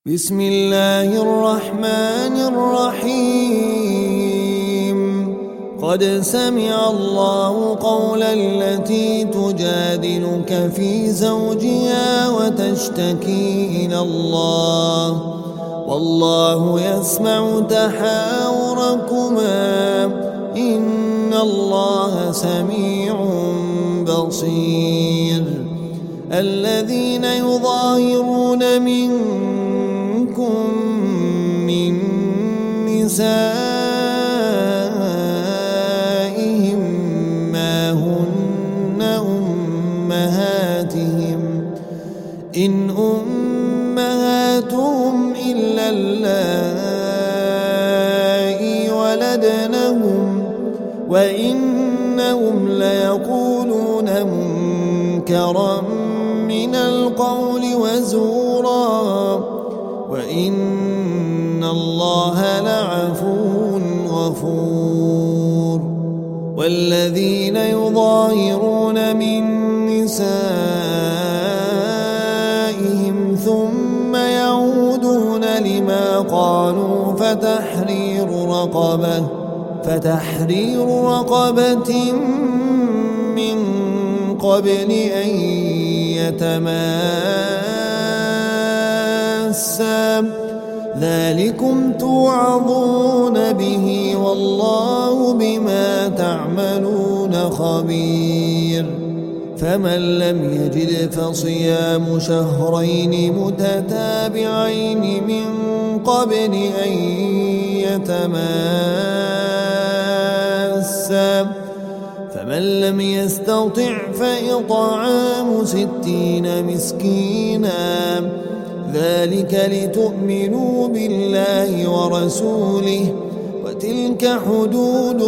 بسم الله الرحمن الرحيم قد سمع الله قول التي تجادلك في زوجها وتشتكي إلى الله والله يسمع تحاوركما إن الله سميع بصير الذين يظاهرون منكم من نسائهم ما هن أمهاتهم إن أمهاتهم إلا اللائي ولدنهم وإنهم ليقولون منكرا من القول وزورا وإن الله لعفو غفور والذين يظاهرون من نسائهم ثم يعودون لما قالوا فتحرير رقبة من قبل أن يتماسا ذلكم توعظون به والله بما تعملون خبير فمن لم يجد فصيام شهرين متتابعين من قبل أن يتماسا فمن لم يستطع فإطعام 60 مسكينا ذلك لتؤمنوا بالله ورسوله وتلك حدود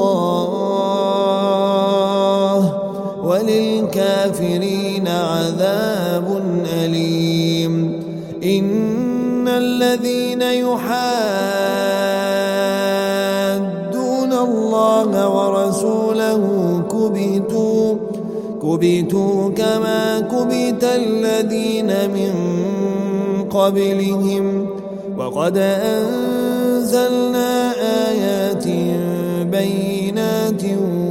الله وللكافرين عذاب أليم إن الذين يحادون الله ورسوله كبتوا كما كبت الذين من قبلهم وقد أنزلنا آيات بينات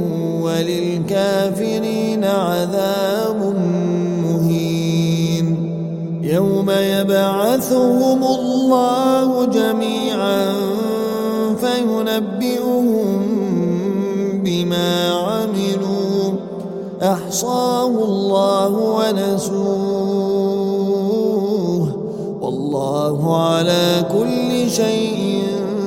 وللكافرين عذاب مهين يوم يبعثهم الله جميعا فينبئهم بما عملوا أحصاه الله ونسوه والله على كل شيء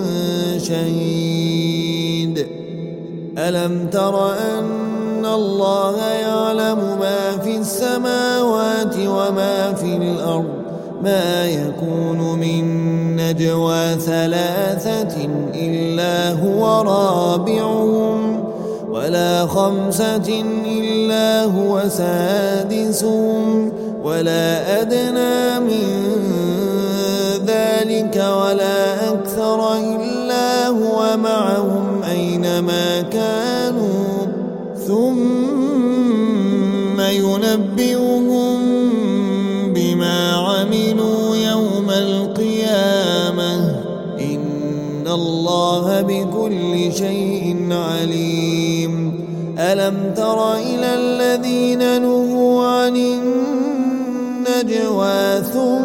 شهيد ألم تر أن الله يعلم ما في السماوات وما في الأرض ما يكون من نجوى 3 إلا هو رابعهم ولا 5 إلا هو سادسهم ولا أدنى من ذلك ولا أكثر إلا هو معهم أينما كانوا ثم ينبئهم بما عملوا يوم القيامة إن الله بكل شيء عليم ألم تر إلى الذين نهوا عن النجوى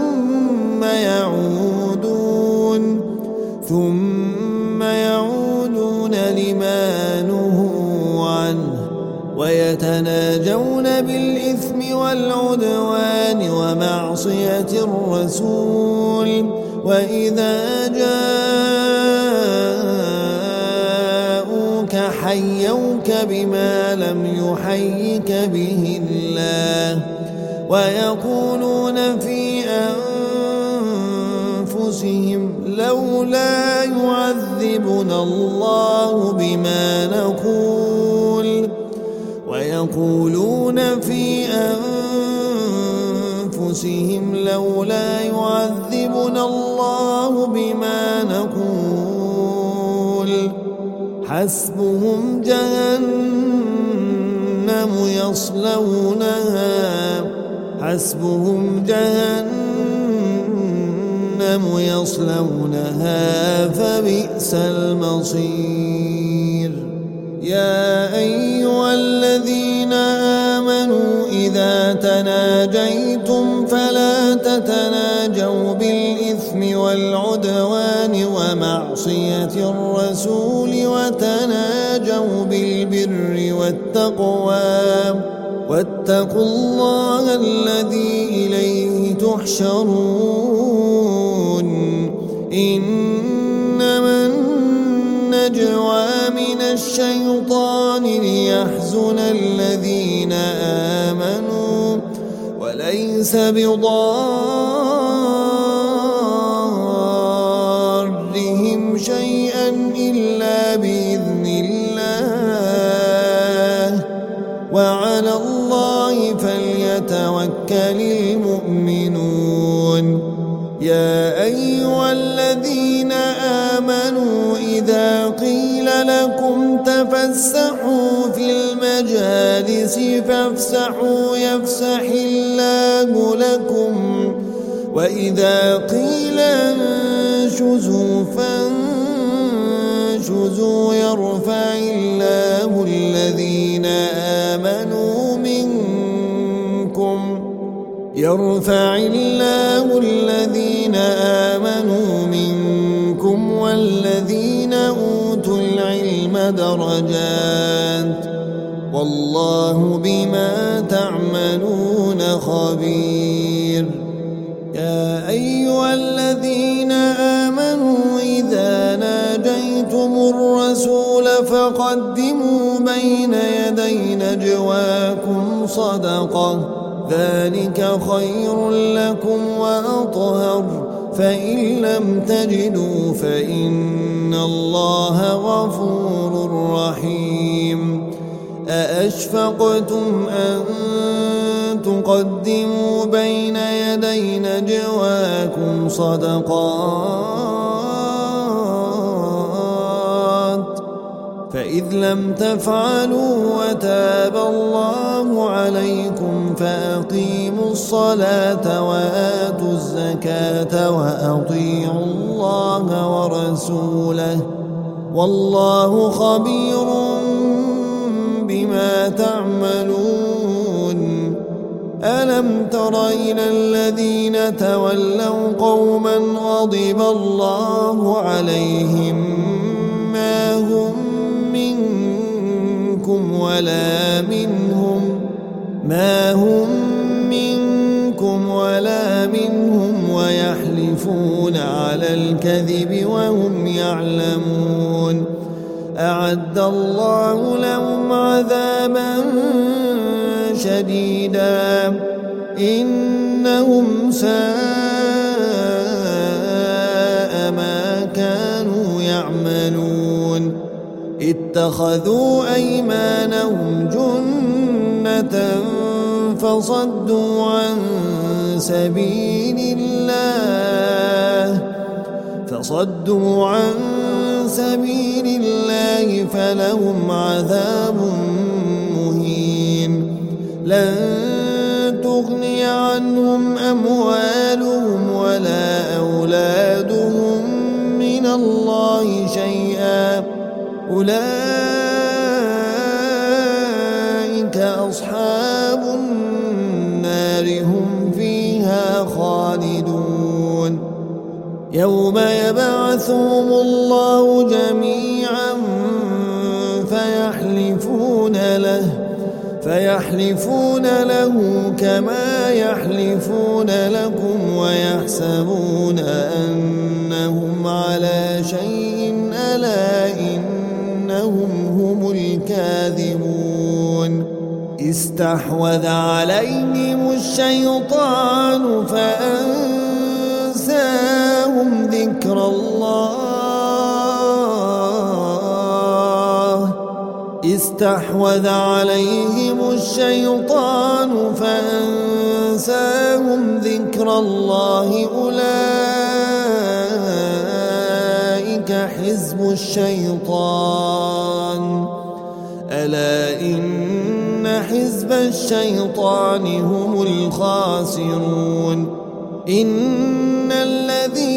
ثم يعودون لما نهوا عنه ويتناجون بالإثم والعدوان ومعصية الرسول وإذا جاءوك حيوك بما لم يحيك به الله ويقولون في أنفسهم لولا يعذبنا الله بما نقول ويقولون في أنفسهم لولا يعذبنا الله بما نقول حسبهم جهنم يصلونها حسبهم جهنم يصلونها فبئس المصير. يا أيها الذين آمنوا إذا تناجيتم فلا تتناجوا بالإثم والعدوان ومعصية الرسول وتناجوا بالبر والتقوى واتقوا الله الذي إليه تحشرون. إنما النجوى من الشيطان ليحزن الذين آمنوا وليس بضارهم شيئا إلا بإذن الله وعلى الله فليتوكل المؤمنون. يا أيها الذين آمنوا إذا قيل لكم تفسحوا في المجالس فافسحوا يفسح الله لكم وإذا قيل انشزوا فانشزوا يرفع الله الذين آمنوا منكم والذين أوتوا العلم درجات والله بما تعملون خبير. يا أيها الذين آمنوا إذا ناجيتم الرسول فقدموا بين يدي نجواكم صدقة ذلك خير لكم وأطهر فإن لم تجدوا فإن الله غفور رحيم. أأشفقتم أن تقدموا بين يدي نجواكم صدقات فإذ لم تفعلوا وتاب الله عليكم فأقيموا الصلاة وآتوا الزكاة وأطيعوا الله ورسوله والله خبير بما تعملون. ألم تر إلى الذين تولوا قوما غضب الله عليهم ما هم منكم ولا منهم ويحلفون على الكذب وهم يعلمون. أعد الله لهم عذابا شديدا إنهم ساء ما كانوا يعملون. اتخذوا أيمانهم جنة فصدوا عن سبيل الله فلهم عذاب مهين. لن تغني عنهم أموالهم ولا أولادهم من الله شيئا أولئك أصحاب النار هم فيها خالدون. يوم يبعثهم الله جميعا فيحلفون له كما يحلفون لكم ويحسبون أنهم على شيء ألا إنهم هم الكاذبون. استحوذ عليهم الشيطان فأنساهم ذكر الله أولئك حزب الشيطان ألا إن حزب الشيطان هم الخاسرون. إن الذين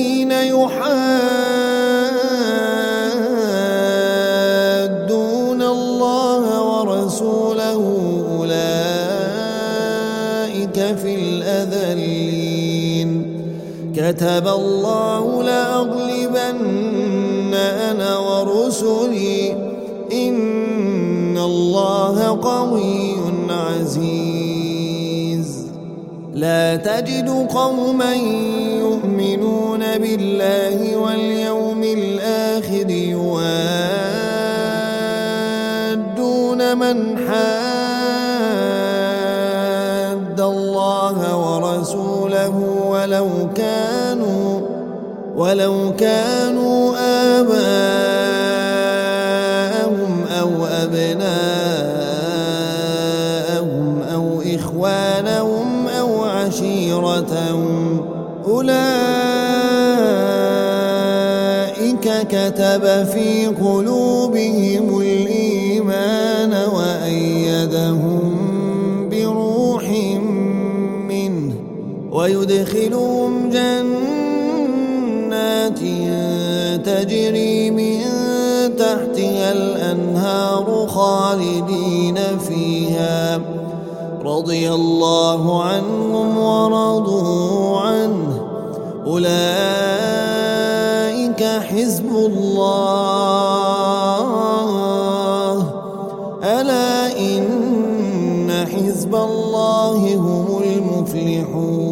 كتب الله لأغلبن أنا ورسلي إن الله قوي عزيز. لا تجد قوما يؤمنون بالله واليوم الآخر يوادون من حاد الله ورسوله ولو كانوا آباءهم أو أبناءهم أو إخوانهم أو عشيرتهم أولئك كتب في قلوبهم الإيمان وأيدهم بروح منه ويدخلهم جنات تجري من تحتها الأنهار خالدين فيها رضي الله عنهم ورضوا عنه أولئك حزب الله ألا إن حزب الله هم المفلحون.